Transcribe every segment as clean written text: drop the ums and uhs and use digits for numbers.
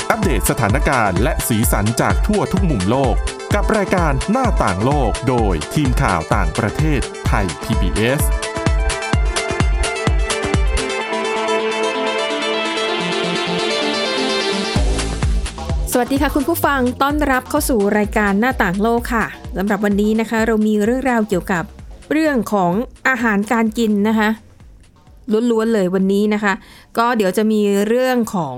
อัปเดตสถานการณ์และสีสันจากทั่วทุกมุมโลกกับรายการหน้าต่างโลกโดยทีมข่าวต่างประเทศไทย PBS สวัสดีค่ะคุณผู้ฟังต้อนรับเข้าสู่รายการหน้าต่างโลกค่ะสำหรับวันนี้นะคะเรามีเรื่องราวเกี่ยวกับเรื่องของอาหารการกินนะคะล้วนๆเลยวันนี้นะคะก็เดี๋ยวจะมีเรื่องของ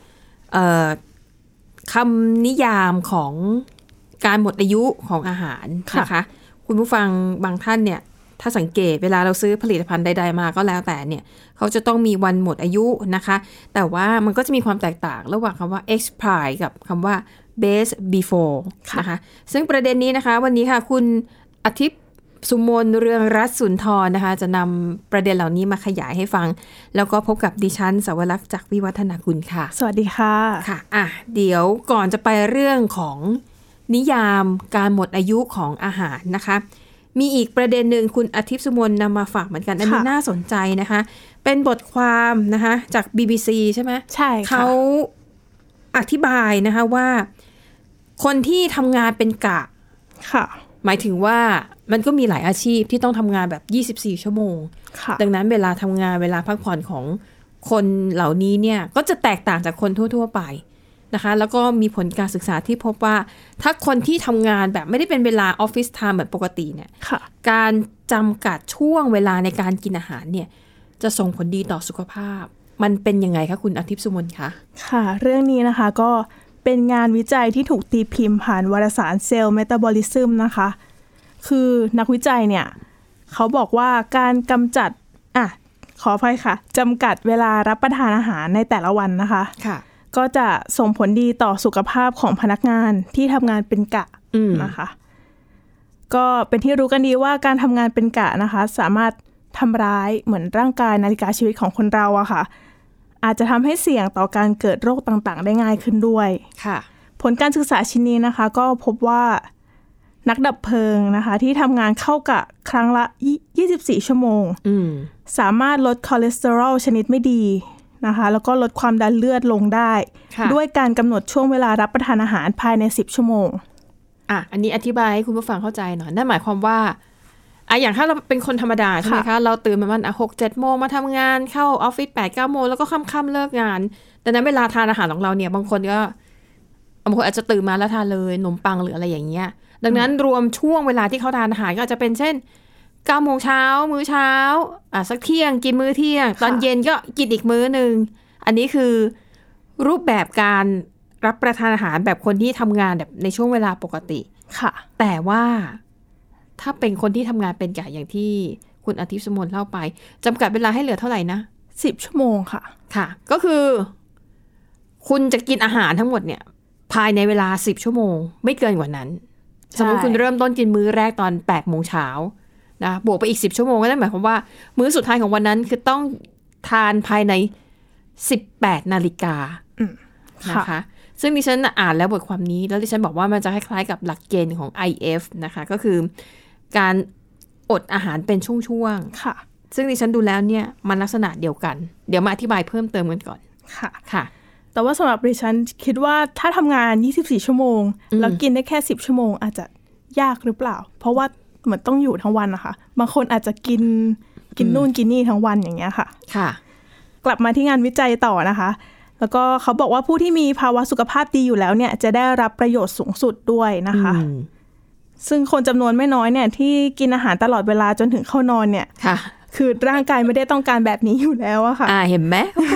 คำนิยามของการหมดอายุของอาหารนะคะคุณผู้ฟังบางท่านเนี่ยถ้าสังเกตเวลาเราซื้อผลิตภัณฑ์ใดๆมาก็แล้วแต่เนี่ยเขาจะต้องมีวันหมดอายุนะคะแต่ว่ามันก็จะมีความแตกต่างระหว่างคำว่า expire กับคำว่า best before นะคะซึ่งประเด็นนี้นะคะวันนี้ค่ะคุณอาทิตย์สุมนเรืองรัตน์สุนทรนะคะจะนำประเด็นเหล่านี้มาขยายให้ฟังแล้วก็พบกับดิฉันสวรักษ์จากวิวัฒนากุลค่ะสวัสดีค่ะค่ะเดี๋ยวก่อนจะไปเรื่องของนิยามการหมดอายุของอาหารนะคะมีอีกประเด็นหนึ่งคุณอาทิตย์สุมนนำมาฝากเหมือนกันอันนี้น่าสนใจนะคะเป็นบทความนะคะจาก BBC ใช่ไหมใช่ค่ะเขาอธิบายนะคะว่าคนที่ทำงานเป็นกะค่ะหมายถึงว่ามันก็มีหลายอาชีพที่ต้องทำงานแบบ24ชั่วโมงดังนั้นเวลาทำงานเวลาพักผ่อนของคนเหล่านี้เนี่ยก็จะแตกต่างจากคนทั่วๆไปนะคะแล้วก็มีผลการศึกษาที่พบว่าถ้าคนที่ทำงานแบบไม่ได้เป็นเวลาออฟฟิศไทม์เหมือนปกติเนี่ยการจำกัดช่วงเวลาในการกินอาหารเนี่ยจะส่งผลดีต่อสุขภาพมันเป็นยังไงคะคุณอาทิตย์สุมนคะค่ะเรื่องนี้นะคะก็เป็นงานวิจัยที่ถูกตีพิมพ์ผ่านวารสาร Cell Metabolism นะคะคือนักวิจัยเนี่ยเขาบอกว่าการกำจัดขออภัยค่ะจำกัดเวลารับประทานอาหารในแต่ละวันนะคะค่ะก็จะส่งผลดีต่อสุขภาพของพนักงานที่ทำงานเป็นกะนะคะก็เป็นที่รู้กันดีว่าการทำงานเป็นกะนะคะสามารถทำร้ายเหมือนร่างกายนาฬิกาชีวิตของคนเราอะค่ะอาจจะทำให้เสี่ยงต่อการเกิดโรคต่างๆได้ง่ายขึ้นด้วยค่ะผลการศึกษาชิ้นนี้นะคะก็พบว่านักดับเพลิงนะคะที่ทำงานเข้ากะครั้งละ24ชั่วโมงสามารถลดคอเลสเตอรอลชนิดไม่ดีนะคะแล้วก็ลดความดันเลือดลงได้ด้วยการกำหนดช่วงเวลารับประทานอาหารภายใน10ชั่วโมงอันนี้อธิบายให้คุณผู้ฟังเข้าใจหน่อยนั่นหมายความว่าอย่างถ้าเราเป็นคนธรรมดาใช่ไหมคะเราตื่นประมาณ6-7 โมงมาทำงานเข้าออฟฟิศ8-9 โมงแล้วก็ค่ำๆเลิกงานแต่นั้นเวลาทานอาหารของเราเนี่ยบางคนอาจจะตื่นมาแล้วทานเลยขนมปังหรืออะไรอย่างเงี้ยดังนั้นรวมช่วงเวลาที่เขาทานอาหารก็อาจจะเป็นเช่น9 โมงเช้ามื้อเช้าสักเที่ยงกินมื้อเที่ยงตอนเย็นก็กินอีกมื้อนึงอันนี้คือรูปแบบการรับประทานอาหารแบบคนที่ทำงานแบบในช่วงเวลาปกติค่ะแต่ว่าถ้าเป็นคนที่ทำงานเป็นกะอย่างที่คุณอาทิตย์สุมนเล่าไปจำกัดเวลาให้เหลือเท่าไหร่นะ 10ชั่วโมงค่ะค่ะก็คือคุณจะกินอาหารทั้งหมดเนี่ยภายในเวลา10ชั่วโมงไม่เกินกว่านั้นสมมติคุณเริ่มต้นกินมื้อแรกตอน8 โมงเช้านะบวกไปอีก10ชั่วโมงก็นั่นหมายความว่ามื้อสุดท้ายของวันนั้นคือต้องทานภายใน18 นาฬิกานะคะซึ่งดิฉันอ่านแล้วบทความนี้แล้วดิฉันบอกว่ามันจะคล้ายๆกับหลักเกณฑ์ของ IF นะคะก็คือการอดอาหารเป็นช่วงๆค่ะซึ่งดิฉันดูแล้วเนี่ยมันลักษณะเดียวกันเดี๋ยวมาอธิบายเพิ่มเติมกันก่อนค่ะแต่ว่าสำหรับดิฉันคิดว่าถ้าทำงาน24ชั่วโมงแล้วกินได้แค่10ชั่วโมงอาจจะยากหรือเปล่าเพราะว่าเหมือนต้องอยู่ทั้งวันนะคะบางคนอาจจะกินนู่นกินนี่ทั้งวันอย่างเงี้ยค่ะค่ะกลับมาที่งานวิจัยต่อนะคะแล้วก็เขาบอกว่าผู้ที่มีภาวะสุขภาพดีอยู่แล้วเนี่ยจะได้รับประโยชน์สูงสุดด้วยนะคะซึ่งคนจำนวนไม่น้อยเนี่ยที่กินอาหารตลอดเวลาจนถึงเข้านอนเนี่ยคือร่างกายไม่ได้ต้องการแบบนี้อยู่แล้วอะค่ะเห็นไหม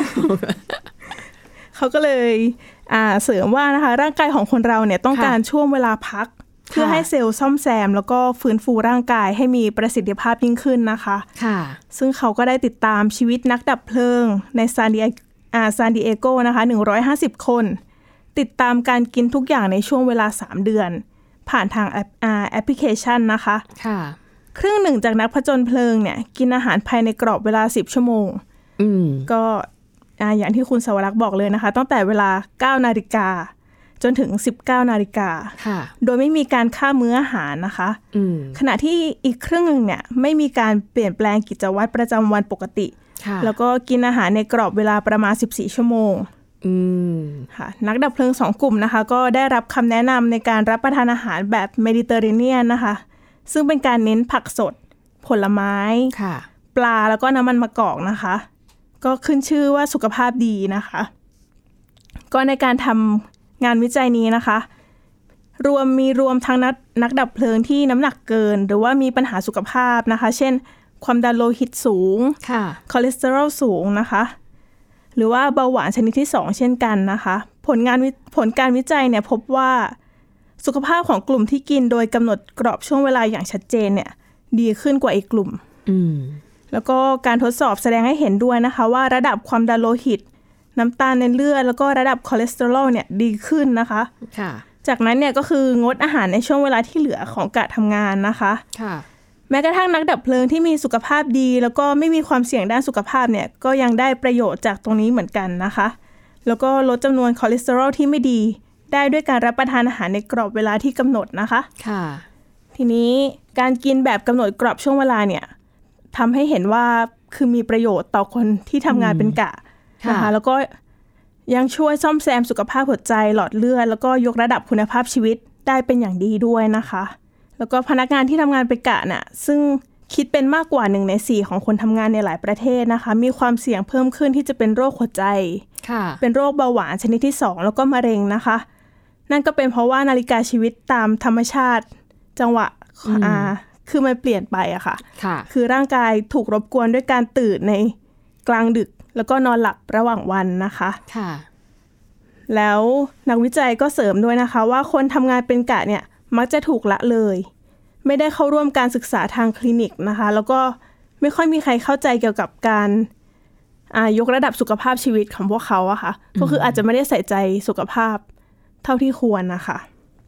เขาก็เลยเสริมว่านะคะร่างกายของคนเราเนี่ยต้องการช่วงเวลาพักเพื่อให้เซลล์ซ่อมแซมแล้วก็ฟื้นฟูร่างกายให้มีประสิทธิภาพยิ่งขึ้นนะคะซึ่งเขาก็ได้ติดตามชีวิตนักดับเพลิงในซานดิเอโกนะคะ150 คนติดตามการกินทุกอย่างในช่วงเวลา3 เดือนผ่านทางแอปพลิเคชันนะคะครึ่งหนึ่งจากนักผจญเพลิงเนี่ยกินอาหารภายในกรอบเวลา10ชั่วโมงก็อย่างที่คุณสวรักษ์บอกเลยนะคะตั้งแต่เวลา 9 นาฬิกาจนถึง 19 นาฬิกาโดยไม่มีการฆ่ามื้ออาหารนะคะขณะที่อีกครึ่งหนึ่งเนี่ยไม่มีการเปลี่ยนแปลงกิจวัตรประจำวันปกติแล้วก็กินอาหารในกรอบเวลาประมาณ14ชั่วโมงค่ะนักดับเพลิง2กลุ่มนะคะก็ได้รับคำแนะนำในการรับประทานอาหารแบบเมดิเตอร์เรเนียนนะคะซึ่งเป็นการเน้นผักสดผลไม้ปลาแล้วก็น้ำมันมะกอกนะคะก็ขึ้นชื่อว่าสุขภาพดีนะคะก็ในการทำงานวิจัยนี้นะคะรวมทั้งนักดับเพลิงที่น้ำหนักเกินหรือว่ามีปัญหาสุขภาพนะคะเช่นความดันโลหิตสูงคอเลสเตอรอลสูงนะคะหรือว่าเบาหวานชนิดที่2เช่นกันนะคะผลการวิจัยเนี่ยพบว่าสุขภาพของกลุ่มที่กินโดยกำหนดกรอบช่วงเวลาอย่างชัดเจนเนี่ยดีขึ้นกว่าอีกกลุ่มแล้วก็การทดสอบแสดงให้เห็นด้วยนะคะว่าระดับความดันโลหิตน้ำตาลในเลือดแล้วก็ระดับคอเลสเตอรอลเนี่ยดีขึ้นนะคะจากนั้นเนี่ยก็คืองดอาหารในช่วงเวลาที่เหลือของการทำงานนะคะแม้กระทั่งนักดับเพลิงที่มีสุขภาพดีแล้วก็ไม่มีความเสี่ยงด้านสุขภาพเนี่ยก็ยังได้ประโยชน์จากตรงนี้เหมือนกันนะคะแล้วก็ลดจำนวนคอเลสเตอรอลที่ไม่ดีได้ด้วยการรับประทานอาหารในกรอบเวลาที่กำหนดนะคะทีนี้การกินแบบกำหนดกรอบช่วงเวลาเนี่ยทำให้เห็นว่าคือมีประโยชน์ต่อคนที่ทำงานเป็นกะนะคะแล้วก็ยังช่วยซ่อมแซมสุขภาพหัวใจหลอดเลือดแล้วก็ยกระดับคุณภาพชีวิตได้เป็นอย่างดีด้วยนะคะแล้วก็พนักงานที่ทำงานเป็นกะน่ะซึ่งคิดเป็นมากกว่า1 ใน 4ของคนทำงานในหลายประเทศนะคะมีความเสี่ยงเพิ่มขึ้นที่จะเป็นโรคหัวใจเป็นโรคเบาหวานชนิดที่2แล้วก็มะเร็งนะคะนั่นก็เป็นเพราะว่านาฬิกาชีวิตตามธรรมชาติจังหวะคือมันเปลี่ยนไปอะค่ะคือร่างกายถูกรบกวนด้วยการตื่นในกลางดึกแล้วก็นอนหลับระหว่างวันนะคะแล้วนักวิจัยก็เสริมด้วยนะคะว่าคนทำงานเป็นกะเนี่ยมักจะถูกละเลยไม่ได้เข้าร่วมการศึกษาทางคลินิกนะคะแล้วก็ไม่ค่อยมีใครเข้าใจเกี่ยวกับการยกระดับสุขภาพชีวิตของพวกเขาอะค่ะก็คืออาจจะไม่ได้ใส่ใจสุขภาพเท่าที่ควรนะคะ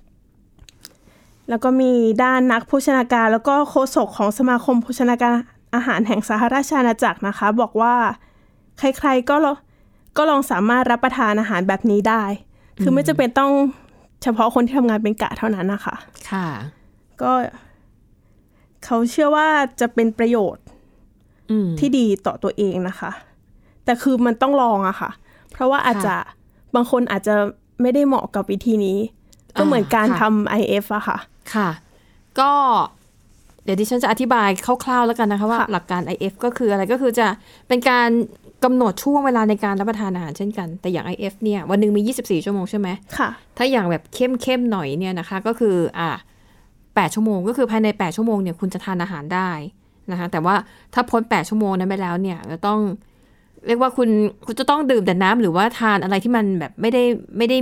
แล้วก็มีด้านนักโภชนาการแล้วก็โฆษกของสมาคมโภชนาการอาหารแห่งสหราชอาณาจักรนะคะบอกว่าใครๆก็ลองสามารถรับประทานอาหารแบบนี้ได้คือไม่จำเป็นต้องเฉพาะคนที่ทำงานเป็นกะเท่านั้นนะคะก็เขาเชื่อว่าจะเป็นประโยชน์ที่ดีต่อตัวเองนะคะแต่คือมันต้องลองอะค่ะเพราะว่าอาจจะบางคนอาจจะไม่ได้เหมาะกับวิธีนี้ก็เหมือนการทำ IF อะค่ะก็เดี๋ยวดิฉันจะอธิบายคร่าวๆแล้วกันนะคะว่าหลักการ IF ก็คืออะไรก็คือจะเป็นการกำหนดช่วงเวลาในการรับประทานอาหารเช่นกันแต่อย่าง IF เนี่ยวันหนึ่งมี24ชั่วโมงใช่ไหมถ้าอย่างแบบเข้มหน่อยเนี่ยนะคะก็คือ8ชั่วโมงก็คือภายใน8ชั่วโมงเนี่ยคุณจะทานอาหารได้นะคะแต่ว่าถ้าพ้น8ชั่วโมงนั้นไปแล้วเนี่ยจะต้องเรียกว่าคุณจะต้องดื่มแต่น้ำหรือว่าทานอะไรที่มันแบบไม่ได้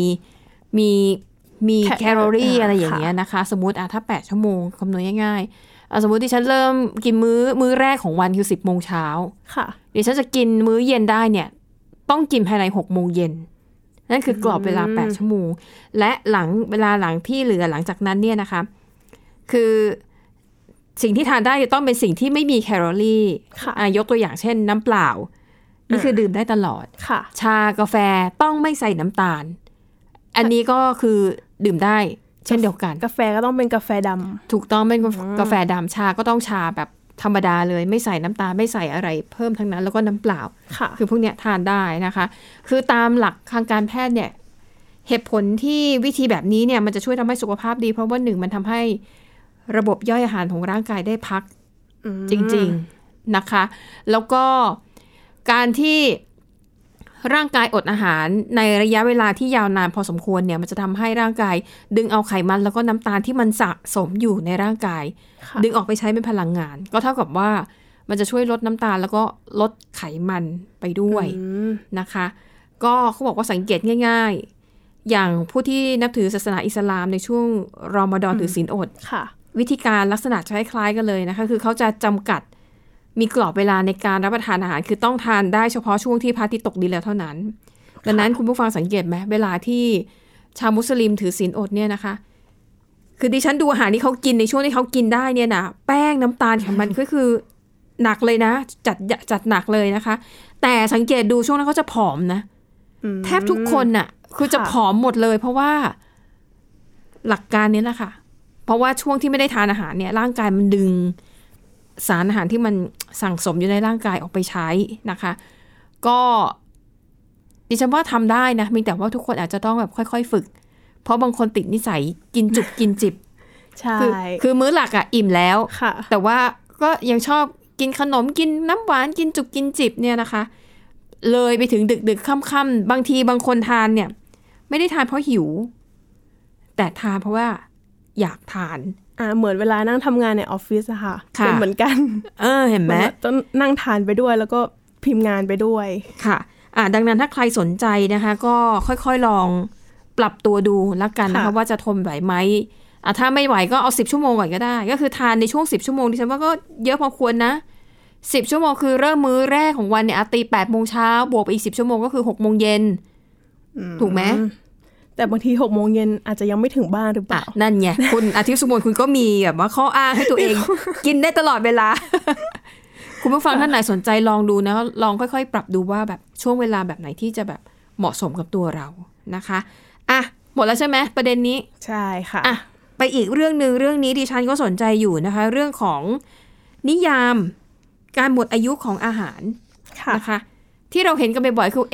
มีแคลอรี่อะไรอย่างเงี้ยนะคะสมมุติถ้า8ชั่วโมงคำนวณง่ายๆสมมุติที่ฉันเริ่มกินมื้อแรกของวันคือ10 โมงเช้าเดี๋ยวฉันจะกินมื้อเย็นได้เนี่ยต้องกินภายใน6 โมงเย็นนั่นคือกรอบเวลา8ชั่วโมงและเวลาหลังที่เหลือหลังจากนั้นเนี่ยนะคะคือสิ่งที่ทานได้จะต้องเป็นสิ่งที่ไม่มีแคลอรี่ยกตัวอย่างเช่นน้ำเปล่านี่คือดื่มได้ตลอดชากาแฟต้องไม่ใส่น้ำตาลอันนี้ก็คือดื่มได้เช่นเดียวกันกาแฟก็ต้องเป็นกาแฟดำถูกต้องเป็นกาแฟดำชาก็ต้องชาแบบธรรมดาเลยไม่ใส่น้ำตาลไม่ใส่อะไรเพิ่มทั้งนั้นแล้วก็น้ำเปล่าคือพวกเนี้ยทานได้นะคะคือตามหลักทางการแพทย์เนี่ยเหตุผลที่วิธีแบบนี้เนี่ยมันจะช่วยทำให้สุขภาพดีเพราะว่า1มันทำให้ระบบย่อยอาหารของร่างกายได้พักจริงๆนะคะแล้วก็การที่ร่างกายอดอาหารในระยะเวลาที่ยาวนานพอสมควรเนี่ยมันจะทำให้ร่างกายดึงเอาไขมันแล้วก็น้ำตาลที่มันสะสมอยู่ในร่างกายดึงออกไปใช้เป็นพลังงานก็เท่ากับว่ามันจะช่วยลดน้ำตาลแล้วก็ลดไขมันไปด้วยนะคะก็เขาบอกว่าสังเกตง่ายๆอย่างผู้ที่นับถือศาสนาอิสลามในช่วงรอมฎอนถือศีลอดวิธีการลักษณะคล้ายๆกันเลยนะคะคือเขาจะจำกัดมีกรอบเวลาในการรับประทานอาหารคือต้องทานได้เฉพาะช่วงที่พระอาทิตย์ตกดินแล้วเท่านั้นดังนั้นคุณผู้ฟังสังเกตไหมเวลาที่ชาวมุสลิมถือศีลอดเนี่ยนะคะคือดิฉันดูอาหารที่เขากินในช่วงที่เขากินได้เนี่ยนะแป้งน้ำตาลของมันก็คือหนักเลยนะจัดหนักเลยนะคะแต่สังเกตดูช่วงนั้นเขาจะผอมนะแทบทุกคนน่ะคือจะผอมหมดเลยเพราะว่าหลักการนี้แหละค่ะเพราะว่าช่วงที่ไม่ได้ทานอาหารเนี่ยร่างกายมันดึงสารอาหารที่มันสั่งสมอยู่ในร่างกายออกไปใช้นะคะก็ดิฉันว่าทำได้นะมีแต่ว่าทุกคนอาจจะต้องแบบค่อยๆฝึกเพราะบางคนติดนิสัยกินจุบกินจิบใช่คือมื้อหลักอ่ะอิ่มแล้วแต่ว่าก็ยังชอบกินขนมกินน้ำหวานกินจุบกินจิบเนี่ยนะคะเลยไปถึงดึกๆค่ำๆบางทีบางคนทานเนี่ยไม่ได้ทานเพราะหิวแต่ทานเพราะว่าอยากทานเหมือนเวลานั่งทำงานในออฟฟิศอะค่ะเป็นเหมือนกันเห็นไหมต้องนั่งทานไปด้วยแล้วก็พิมพ์งานไปด้วยค่ะดังนั้นถ้าใครสนใจนะคะก็ค่อยๆลองปรับตัวดูแล้วกันนะคะว่าจะทนไหวไหมถ้าไม่ไหวก็เอา10 ชั่วโมงก่อนก็ได้ก็คือทานในช่วง10 ชั่วโมงดิฉันว่าก็เยอะพอควรนะ10 ชั่วโมงคือเริ่มมื้อแรกของวันเนี่ยตี 8 โมงเช้าบวกไปอีก10 ชั่วโมงก็คือ6 โมงเย็นถูกไหมแต่บางที6 โมงเย็นอาจจะยังไม่ถึงบ้านหรือเปล่านั่นไงคุณอาทิตย์สุมนคุณก็มีแบบว่าข้ออ้างให้ตัวเอง กินได้ตลอดเวลา คุณผู้ฟังท่านไหนสนใจลองดูนะลองค่อยๆปรับดูว่าแบบช่วงเวลาแบบไหนที่จะแบบเหมาะสมกับตัวเรานะคะหมดแล้วใช่ไหมประเด็นนี้ใช่ค่ะไปอีกเรื่องนึงเรื่องนี้ดิฉันก็สนใจอยู่นะคะเรื่องของนิยามการหมดอายุของอาหารนะคะที่เราเห็นกันบ่อยๆคือ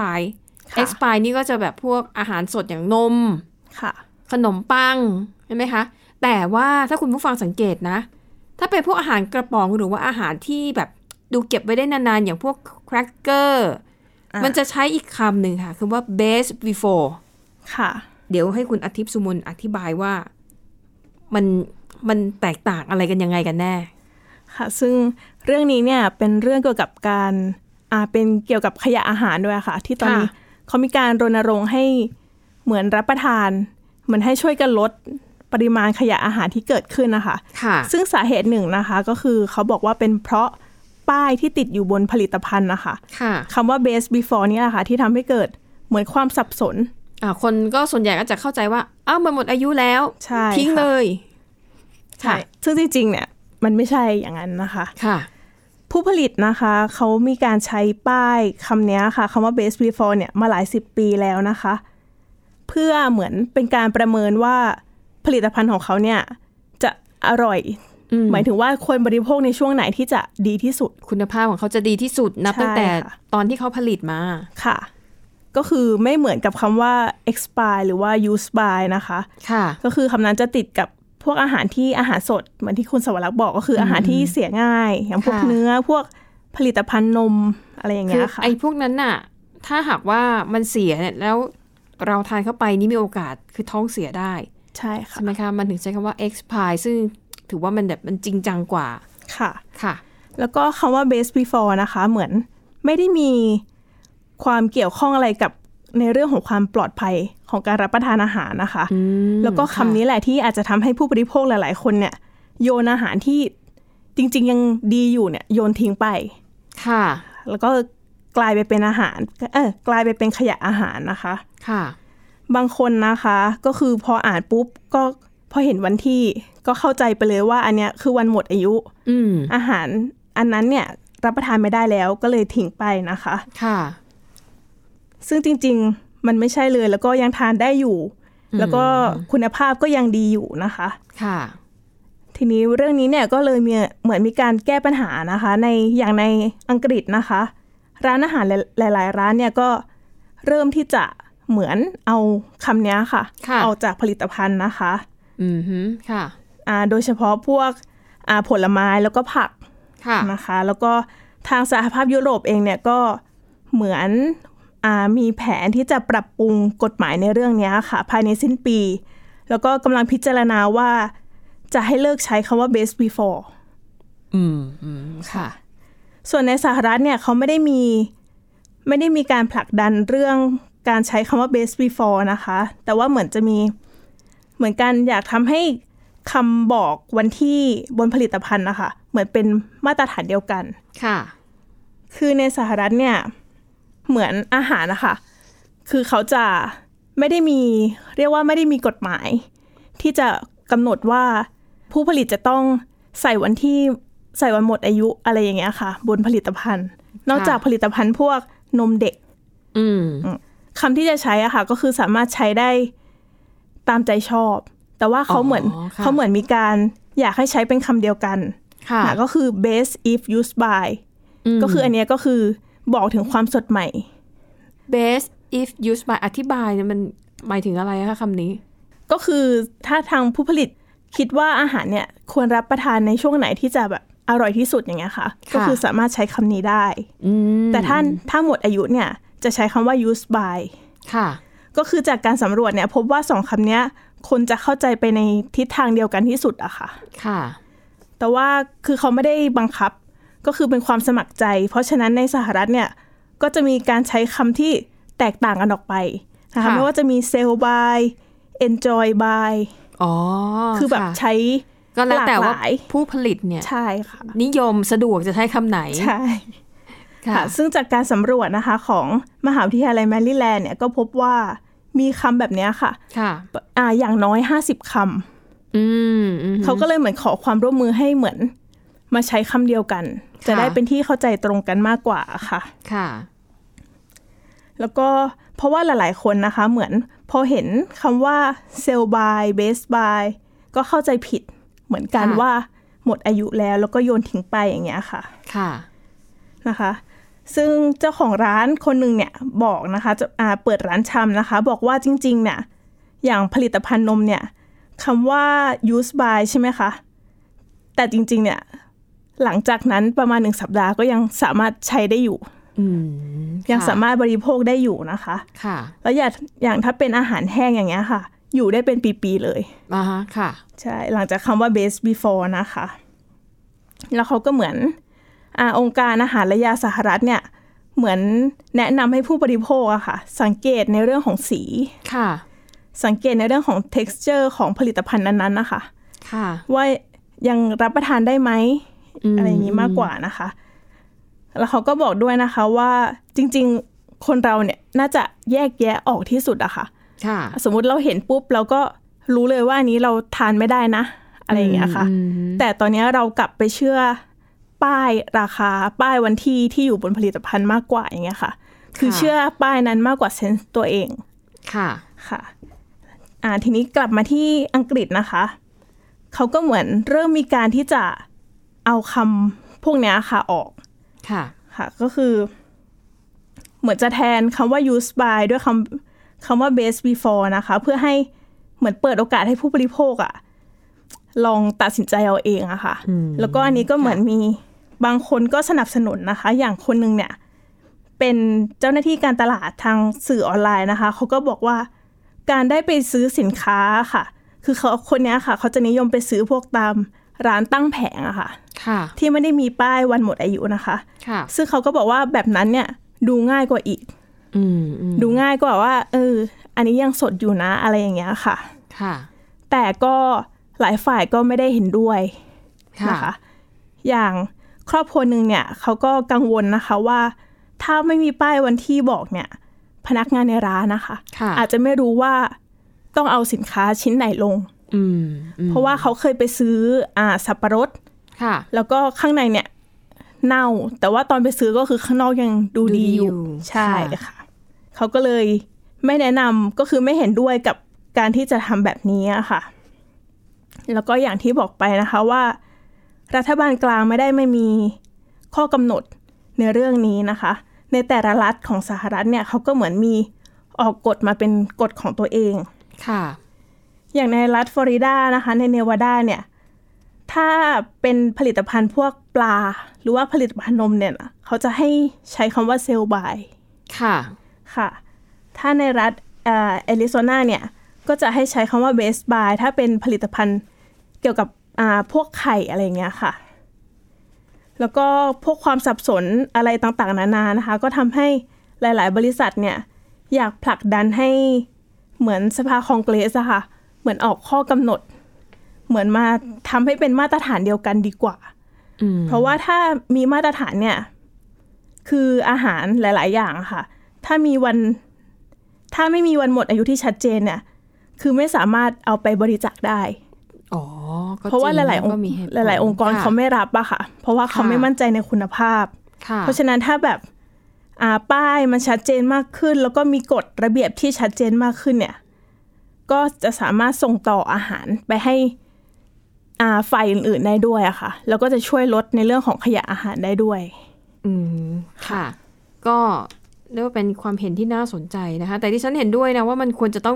expire นี่ก็จะแบบพวกอาหารสดอย่างนมขนมปังใช่ไหมคะแต่ว่าถ้าคุณผู้ฟังสังเกตนะถ้าเป็นพวกอาหารกระป๋องหรือว่าอาหารที่แบบดูเก็บไว้ได้นานๆอย่างพวกแครกเกอร์มันจะใช้อีกคำหนึ่งค่ะคือว่า best before ค่ะเดี๋ยวให้คุณอาทิตย์สุมนอธิบายว่ามันแตกต่างอะไรกันยังไงกันแน่ค่ะซึ่งเรื่องนี้เนี่ยเป็นเรื่องเกี่ยวกับการเป็นเกี่ยวกับขยะอาหารด้วยค่ะที่ตอนนี้เขามีการรณรงค์ให้เหมือนรับประทานเหมือนให้ช่วยกันลดปริมาณขยะอาหารที่เกิดขึ้นนะคะซึ่งสาเหตุหนึ่งนะคะก็คือเขาบอกว่าเป็นเพราะป้ายที่ติดอยู่บนผลิตภัณฑ์นะคะคำว่า best before นี่แหละค่ะที่ทำให้เกิดเหมือนความสับสนคนก็ส่วนใหญ่ก็จะเข้าใจว่ามันหมดอายุแล้วทิ้งเลยใช่ซึ่งจริงๆเนี่ยมันไม่ใช่อย่างนั้นนะคะผู้ผลิตนะคะเขามีการใช้ป้ายคำนี้ค่ะคำว่า best before เนี่ยมาหลาย10 ปีแล้วนะคะเพื่อเหมือนเป็นการประเมินว่าผลิตภัณฑ์ของเขาเนี่ยจะอร่อยหมายถึงว่าควรบริโภคในช่วงไหนที่จะดีที่สุดคุณภาพของเขาจะดีที่สุดนับตั้งแต่ตอนที่เขาผลิตมาค่ะก็คือไม่เหมือนกับคำว่า expire หรือว่า use by นะคะก็คือคำนั้นจะติดกับพวกอาหารที่อาหารสดเหมือนที่คุณสวรักษ์บอกก็คืออาหารที่เสียง่ายอย่างพวกเนื้อพวกผลิตภัณฑ์นมอะไรอย่างเงี้ยค่ะไอ้พวกนั้นน่ะถ้าหากว่ามันเสียเนี่ยแล้วเราทานเข้าไปนี่มีโอกาสคือท้องเสียได้ใช่ค่ะใช่ไหมคะมันถึงใช้คำว่า expire ซึ่งถือว่ามันแบบมันจริงจังกว่าค่ะแล้วก็คำว่า best before นะคะเหมือนไม่ได้มีความเกี่ยวข้องอะไรกับในเรื่องของความปลอดภัยของการรับประทานอาหารนะคะแล้วก็คำนี้แหละที่อาจจะทำให้ผู้บริโภคหลายๆคนเนี่ยโยนอาหารที่จริงๆยังดีอยู่เนี่ยโยนทิ้งไปค่ะแล้วก็กลายไปเป็นอาหารกลายไปเป็นขยะอาหารนะคะค่ะบางคนนะคะก็คือพออ่านปุ๊บก็พอเห็นวันที่ก็เข้าใจไปเลยว่าอันเนี้ยคือวันหมดอายุอาหารอันนั้นเนี่ยรับประทานไม่ได้แล้วก็เลยทิ้งไปนะคะค่ะซึ่งจริงๆมันไม่ใช่เลยแล้วก็ยังทานได้อยู่แล้วก็คุณภาพก็ยังดีอยู่นะคะค่ะทีนี้เรื่องนี้เนี่ยก็เลยเหมือนมีการแก้ปัญหานะคะอย่างในอังกฤษนะคะร้านอาหารหลายๆร้านเนี่ยก็เริ่มที่จะเหมือนเอาคำนี้ค่ะออกจากผลิตภัณฑ์นะคะค่ะโดยเฉพาะพวกผลไม้แล้วก็ผักนะคะแล้วก็ทางสหภาพยุโรปเองเนี่ยก็เหมือนมีแผนที่จะปรับปรุงกฎหมายในเรื่องนี้ค่ะภายในสิ้นปีแล้วก็กำลังพิจารณาว่าจะให้เลิกใช้คำว่า best before ค่ะส่วนในสหรัฐเนี่ยเขาไม่ได้มีการผลักดันเรื่องการใช้คำว่า best before นะคะแต่ว่าเหมือนจะมีเหมือนกันอยากทำให้คำบอกวันที่บนผลิตภัณฑ์นะคะเหมือนเป็นมาตรฐานเดียวกันค่ะคือในสหรัฐเนี่ยเหมือนอาหารนะคะคือเขาจะไม่ได้มีเรียกว่าไม่ได้มีกฎหมายที่จะกำหนดว่าผู้ผลิตจะต้องใส่วันหมดอายุอะไรอย่างเงี้ยค่ะบนผลิตภัณฑ์นอกจากผลิตภัณฑ์พวกนมเด็กคำที่จะใช้อะค่ะก็คือสามารถใช้ได้ตามใจชอบแต่ว่าเขาเหมือนมีการอยากให้ใช้เป็นคำเดียวกันก็คือ best if used by ก็คืออันเนี้ยก็คือบอกถึงความสดใหม่ best if used by อธิบายเนี่ยมันหมายถึงอะไรคะคำนี้ก็คือถ้าทางผู้ผลิตคิดว่าอาหารเนี่ยควรรับประทานในช่วงไหนที่จะแบบอร่อยที่สุดอย่างเงี้ยค่ะก็คือสามารถใช้คำนี้ได้แต่ถ้าหมดอายุเนี่ยจะใช้คำว่า used by ค่ะก็คือจากการสำรวจเนี่ยพบว่า2คำนี้คนจะเข้าใจไปในทิศทางเดียวกันที่สุดอะค่ะค่ะแต่ว่าคือเขาไม่ได้บังคับก็คือเป็นความสมัครใจเพราะฉะนั้นในสหรัฐเนี่ยก็จะมีการใช้คำที่แตกต่างกันออกไปนะคะไม่ว่าจะมี sell by enjoy by คือแบบใช้ก็แล้วแต่ว่าผู้ผลิตเนี่ยใช่ค่ะนิยมสะดวกจะใช้คำไหนใช่ค่ะซึ่งจากการสำรวจนะคะของมหาวิทยาลัยแมริแลนด์เนี่ยก็พบว่ามีคำแบบนี้ค่ะอย่างน้อย50คำเขาก็เลยเหมือนขอความร่วมมือให้เหมือนมาใช้คำเดียวกันจะได้เป็นที่เข้าใจตรงกันมากกว่าค่ะค่ะแล้วก็เพราะว่าหลายๆคนนะคะเหมือนพอเห็นคำว่า sell by best by ก็เข้าใจผิดเหมือนกันว่าหมดอายุแล้วก็โยนทิ้งไปอย่างเงี้ยค่ะค่ะนะคะซึ่งเจ้าของร้านคนหนึ่งเนี่ยบอกนะคะเปิดร้านชำนะคะบอกว่าจริงๆเนี่ยอย่างผลิตภัณฑ์นมเนี่ยคำว่า use by ใช่ไหมคะแต่จริงๆเนี่ยหลังจากนั้นประมาณ1สัปดาห์ก็ยังสามารถใช้ได้อยู่ยังสามารถบริโภคได้อยู่นะคะค่ะแล้วอย่างถ้าเป็นอาหารแห้งอย่างเงี้ยค่ะอยู่ได้เป็นปีๆเลยค่ะใช่หลังจากคำว่า best before นะคะแล้วเขาก็เหมือนองค์การอาหารและยาสหรัฐเนี่ยเหมือนแนะนำให้ผู้บริโภคอะค่ะสังเกตในเรื่องของสีค่ะสังเกตในเรื่องของ texture ของผลิตภัณฑ์นั้นๆนะคะค่ะว่ายังรับประทานได้ไหมอะไรอย่างนี้มากกว่านะคะแล้วเขาก็บอกด้วยนะคะว่าจริงๆคนเราเนี่ยน่าจะแยกแยะออกที่สุดอะค่ะสมมุติเราเห็นปุ๊บเราก็รู้เลยว่าอันนี้เราทานไม่ได้นะอะไรอย่างเงี้ยค่ะแต่ตอนนี้เรากลับไปเชื่อป้ายราคาป้ายวันที่อยู่บนผลิตภัณฑ์มากกว่าอย่างเงี้ยค่ะคือเชื่อป้ายนั้นมากกว่าเซนส์ตัวเองค่ะทีนี้กลับมาที่อังกฤษนะคะเขาก็เหมือนเริ่มมีการที่จะเอาคำพวกนี้ค่ะออกค่ะก็คือเหมือนจะแทนคำว่า use by ด้วยคำว่า best before นะคะเพื่อให้เหมือนเปิดโอกาสให้ผู้บริโภคลองตัดสินใจเอาเองอะค่ะแล้วก็อันนี้ก็เหมือนมีบางคนก็สนับสนุนนะคะอย่างคนนึงเนี่ยเป็นเจ้าหน้าที่การตลาดทางสื่อออนไลน์นะคะเขาก็บอกว่าการได้ไปซื้อสินค้าค่ะคือคนนี้ค่ะเขาจะนิยมไปซื้อพวกตามร้านตั้งแผงอะค่ะที่ไม่ได้มีป้ายวันหมดอายุนะคะซึ่งเขาก็บอกว่าแบบนั้นเนี่ยดูง่ายกว่าอีกดูง่ายกว่าว่าอันนี้ยังสดอยู่นะอะไรอย่างเงี้ยค่ะแต่ก็หลายฝ่ายก็ไม่ได้เห็นด้วยนะคะอย่างครอบครัวนึงเนี่ยเขาก็กังวลนะคะว่าถ้าไม่มีป้ายวันที่บอกเนี่ยพนักงานในร้านนะคะอาจจะไม่รู้ว่าต้องเอาสินค้าชิ้นไหนลงเพราะว่าเขาเคยไปซื้อสับปะรดแล้วก็ข้างในเนี่ยเน่าแต่ว่าตอนไปซื้อก็คือข้างนอกยังดูดีอยู่ใช่ค่ะเขาก็เลยไม่แนะนำก็คือไม่เห็นด้วยกับการที่จะทำแบบนี้ค่ะแล้วก็อย่างที่บอกไปนะคะว่ารัฐบาลกลางไม่มีข้อกำหนดในเรื่องนี้นะคะในแต่ละรัฐของสหรัฐเนี่ยเขาก็เหมือนมีออกกฎมาเป็นกฎของตัวเองค่ะอย่างในรัฐฟลอริดานะคะในเนวาดาเนี่ยถ้าเป็นผลิตภัณฑ์พวกปลาหรือว่าผลิตภัณฑ์นมเนี่ยเขาจะให้ใช้คำว่า sell by ค่ะถ้าในรัฐแอริโซนาเนี่ยก็จะให้ใช้คำว่า best by ถ้าเป็นผลิตภัณฑ์เกี่ยวกับพวกไข่อะไรเงี้ยค่ะแล้วก็พวกความสับสนอะไรต่างๆนานานะคะก็ทำให้หลายๆบริษัทเนี่ยอยากผลักดันให้เหมือนสภาคองเกรสอะค่ะเหมือนออกข้อกำหนดเหมือนมาทำให้เป็นมาตรฐานเดียวกันดีกว่าเพราะว่าถ้ามีมาตรฐานเนี่ยคืออาหารหลายๆอย่างค่ะถ้าไม่มีวันหมดอายุที่ชัดเจนเนี่ยคือไม่สามารถเอาไปบริจาคได้เพราะว่าหลายๆองค์กรเขาไม่รับอะค่ะเพราะว่าเขาไม่มั่นใจในคุณภาพเพราะฉะนั้นถ้าแบบป้ายมันชัดเจนมากขึ้นแล้วก็มีกฎระเบียบที่ชัดเจนมากขึ้นเนี่ยก็จะสามารถส่งต่ออาหารไปให้ฝ่ายอื่นๆได้ด้วยอะค่ะแล้วก็จะช่วยลดในเรื่องของขยะอาหารได้ด้วยค่ะก็เรียกว่าเป็นความเห็นที่น่าสนใจนะคะแต่ที่ฉันเห็นด้วยนะว่ามันควรจะต้อง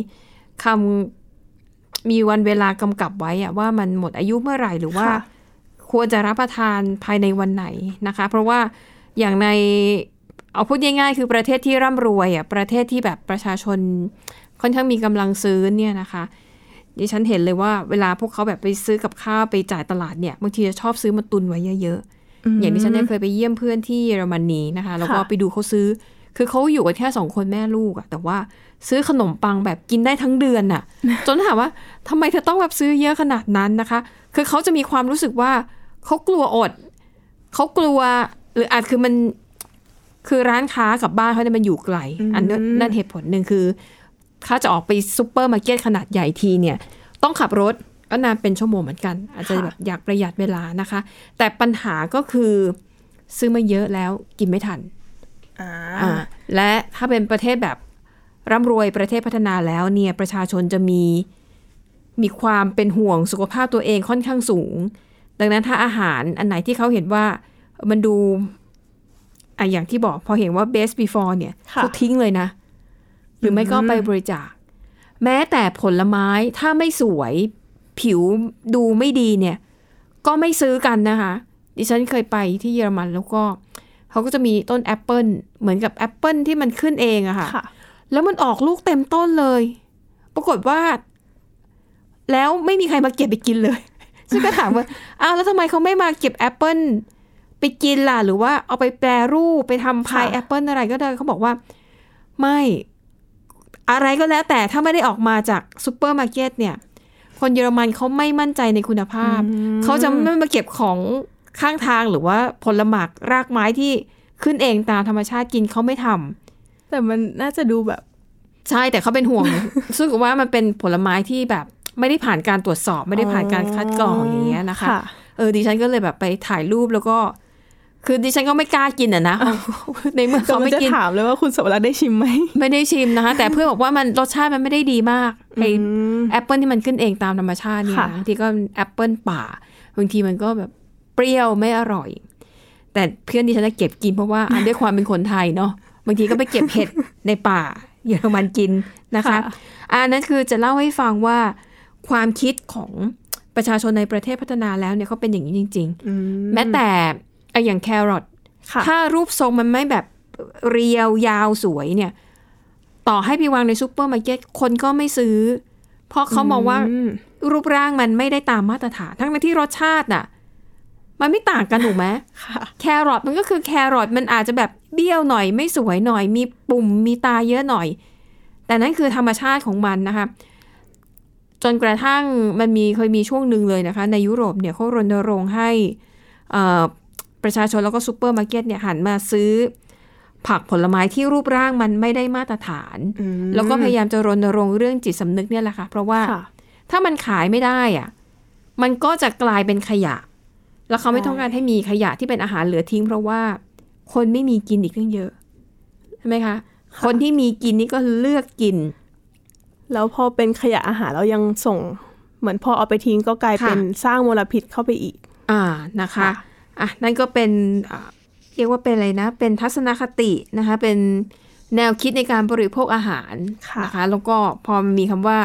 มีวันเวลากำกับไว้อะว่ามันหมดอายุเมื่อไหร่หรือว่าควรจะรับประทานภายในวันไหนนะคะเพราะว่าอย่างในเอาพูดง่ายๆคือประเทศที่ร่ำรวยอ่ะประเทศที่แบบประชาชนค่อนข้างมีกำลังซื้อเนี่ยนะคะดิฉันเห็นเลยว่าเวลาพวกเขาแบบไปซื้อกับข้าวไปจ่ายตลาดเนี่ยบางทีจะชอบซื้อมาตุนไว้เยอะๆอย่างที่ฉันเคยไปเยี่ยมเพื่อนที่เยอรมนีนะคะแล้วก็ไปดูเขาซื้อคือเขาอยู่กันแค่2คนแม่ลูกอะแต่ว่าซื้อขนมปังแบบกินได้ทั้งเดือนน่ะจนถามว่าทำไมเธอต้องแบบซื้อเยอะขนาดนั้นนะคะคือเขาจะมีความรู้สึกว่าเขากลัวอดเขากลัวหรืออาจคือร้านค้ากับบ้านเขาเนี่ยมันอยู่ไกลอันนั่นเหตุผลหนึ่งคือถ้าจะออกไปซุปเปอร์มาร์เก็ตขนาดใหญ่ทีเนี่ยต้องขับรถก็นานเป็นชั่วโมงเหมือนกันอาจจะแบบอยากประหยัดเวลานะคะแต่ปัญหาก็คือซื้อมาเยอะแล้วกินไม่ทันและถ้าเป็นประเทศแบบร่ำรวยประเทศพัฒนาแล้วเนี่ยประชาชนจะมีความเป็นห่วงสุขภาพตัวเองค่อนข้างสูงดังนั้นถ้าอาหารอันไหนที่เขาเห็นว่ามันดูอย่างที่บอกพอเห็นว่า best before เนี่ยเขาทิ้งเลยนะหรือไม่ก็ไปบริจาคแม้แต่ผลไม้ถ้าไม่สวยผิวดูไม่ดีเนี่ยก็ไม่ซื้อกันนะคะดิฉันเคยไปที่เยอรมันแล้วก็เขาก็จะมีต้นแอปเปิลเหมือนกับแอปเปิลที่มันขึ้นเองอะค่ะแล้วมันออกลูกเต็มต้นเลยปรากฏว่าแล้วไม่มีใครมาเก็บไปกินเลยซึ่งก็ถามว่าอ้าวแล้วทำไมเขาไม่มาเก็บแอปเปิลไปกินล่ะหรือว่าเอาไปแปรรูปไปทำพายแอปเปิลอะไรก็ได้เขาบอกว่าไม่อะไรก็แล้วแต่ถ้าไม่ได้ออกมาจากซุปเปอร์มาร์เก็ตเนี่ยคนเยอรมันเขาไม่มั่นใจในคุณภาพเขาจะไม่มาเก็บของข้างทางหรือว่าผลหมากรากไม้ที่ขึ้นเองตามธรรมชาติกินเขาไม่ทำแต่มันน่าจะดูแบบใช่แต่เขาเป็นห่วง ซึ่งว่ามันเป็นผลไม้ที่แบบไม่ได้ผ่านการตรวจสอบไม่ได้ผ่านการคัดกรองอย่างเงี้ยนะคะดิฉันก็เลยแบบไปถ่ายรูปแล้วก็คือดิฉันก็ไม่กล้ากินอ่ะนะในเมื่อเขาไม่กินจะถามเลยว่าคุณสวรักษ์ได้ชิมไหมไม่ได้ชิมนะคะแต่เพื่อนบอกว่ามันรสชาติมันไม่ได้ดีมากไอแอปเปิลที่มันขึ้นเองตามธรรมชาติเนี่ยบางทีก็แอปเปิลป่าบางทีมันก็แบบเปรี้ยวไม่อร่อยแต่เพื่อนดิฉันจะเก็บกินเพราะว่าด้วยความเป็นคนไทยเนาะบางทีก็ไปเก็บเห็ดในป่าเยอรมันกินนะคะอันนั้นคือจะเล่าให้ฟังว่าความคิดของประชาชนในประเทศพัฒนาแล้วเนี่ยเขาเป็นอย่างนี้จริงๆแม้แต่อย่างแครอทถ้ารูปทรงมันไม่แบบเรียวยาวสวยเนี่ยต่อให้ไปวางในซุปเปอร์มาร์เก็ตคนก็ไม่ซื้อเพราะเขามองว่ารูปร่างมันไม่ได้ตามมาตรฐานทั้งที่รสชาติน่ะมันไม่ต่างกันถูกไหมแครอทมันก็คือแครอทมันอาจจะแบบเบี้ยวหน่อยไม่สวยหน่อยมีปุ่มมีตาเยอะหน่อยแต่นั่นคือธรรมชาติของมันนะคะจนกระทั่งมันเคยมีช่วงหนึ่งเลยนะคะในยุโรปเนี่ยเขารณรงค์ให้ประชาชนแล้วก็ซูเปอร์มาร์เก็ตเนี่ยหันมาซื้อผักผลไม้ที่รูปร่างมันไม่ได้มาตรฐานแล้วก็พยายามจะรณรงค์เรื่องจิตสำนึกเนี่ยแหละค่ะเพราะว่าถ้ามันขายไม่ได้อ่ะมันก็จะกลายเป็นขยะแล้วเขาไม่ต้องการให้มีขยะที่เป็นอาหารเหลือทิ้งเพราะว่าคนไม่มีกินอีกตั้งเยอะใช่ไหมคะคนที่มีกินนี่ก็เลือกกินแล้วพอเป็นขยะอาหารเรายังส่งเหมือนพอเอาไปทิ้งก็กลายเป็นสร้างมลพิษเข้าไปอีกนะคะนั่นก็เป็นเรียกว่าเป็นอะไรนะเป็นทัศนคตินะคะเป็นแนวคิดในการบริโภคอาหารนะคะแล้วก็พอมีคำว่า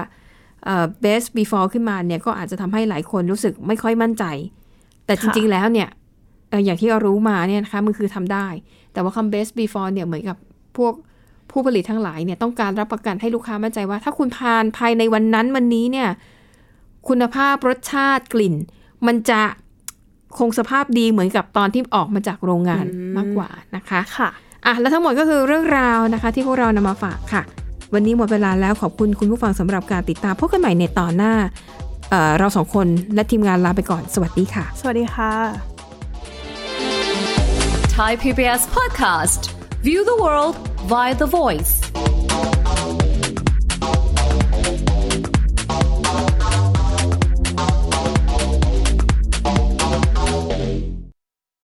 best before ขึ้นมาเนี่ยก็อาจจะทำให้หลายคนรู้สึกไม่ค่อยมั่นใจแต่จริงๆแล้วเนี่ยอย่างที่เรารู้มาเนี่ยนะคะมันคือทำได้แต่ว่าคำ best before เนี่ยเหมือนกับพวกผู้ผลิตทั้งหลายเนี่ยต้องการรับประกันให้ลูกค้ามั่นใจว่าถ้าคุณทานภายในวันนั้นวันนี้เนี่ยคุณภาพรสชาติกลิ่นมันจะคงสภาพดีเหมือนกับตอนที่ออกมาจากโรงงานมากกว่านะคะค่ะแล้วทั้งหมดก็คือเรื่องราวนะคะที่พวกเรานำมาฝากค่ะวันนี้หมดเวลาแล้วขอบคุณคุณผู้ฟังสำหรับการติดตามพบกันใหม่ในตอนหน้าเราสองคนและทีมงานลาไปก่อนสวัสดีค่ะสวัสดีค่ะ Thai PBS Podcast View the world via the voice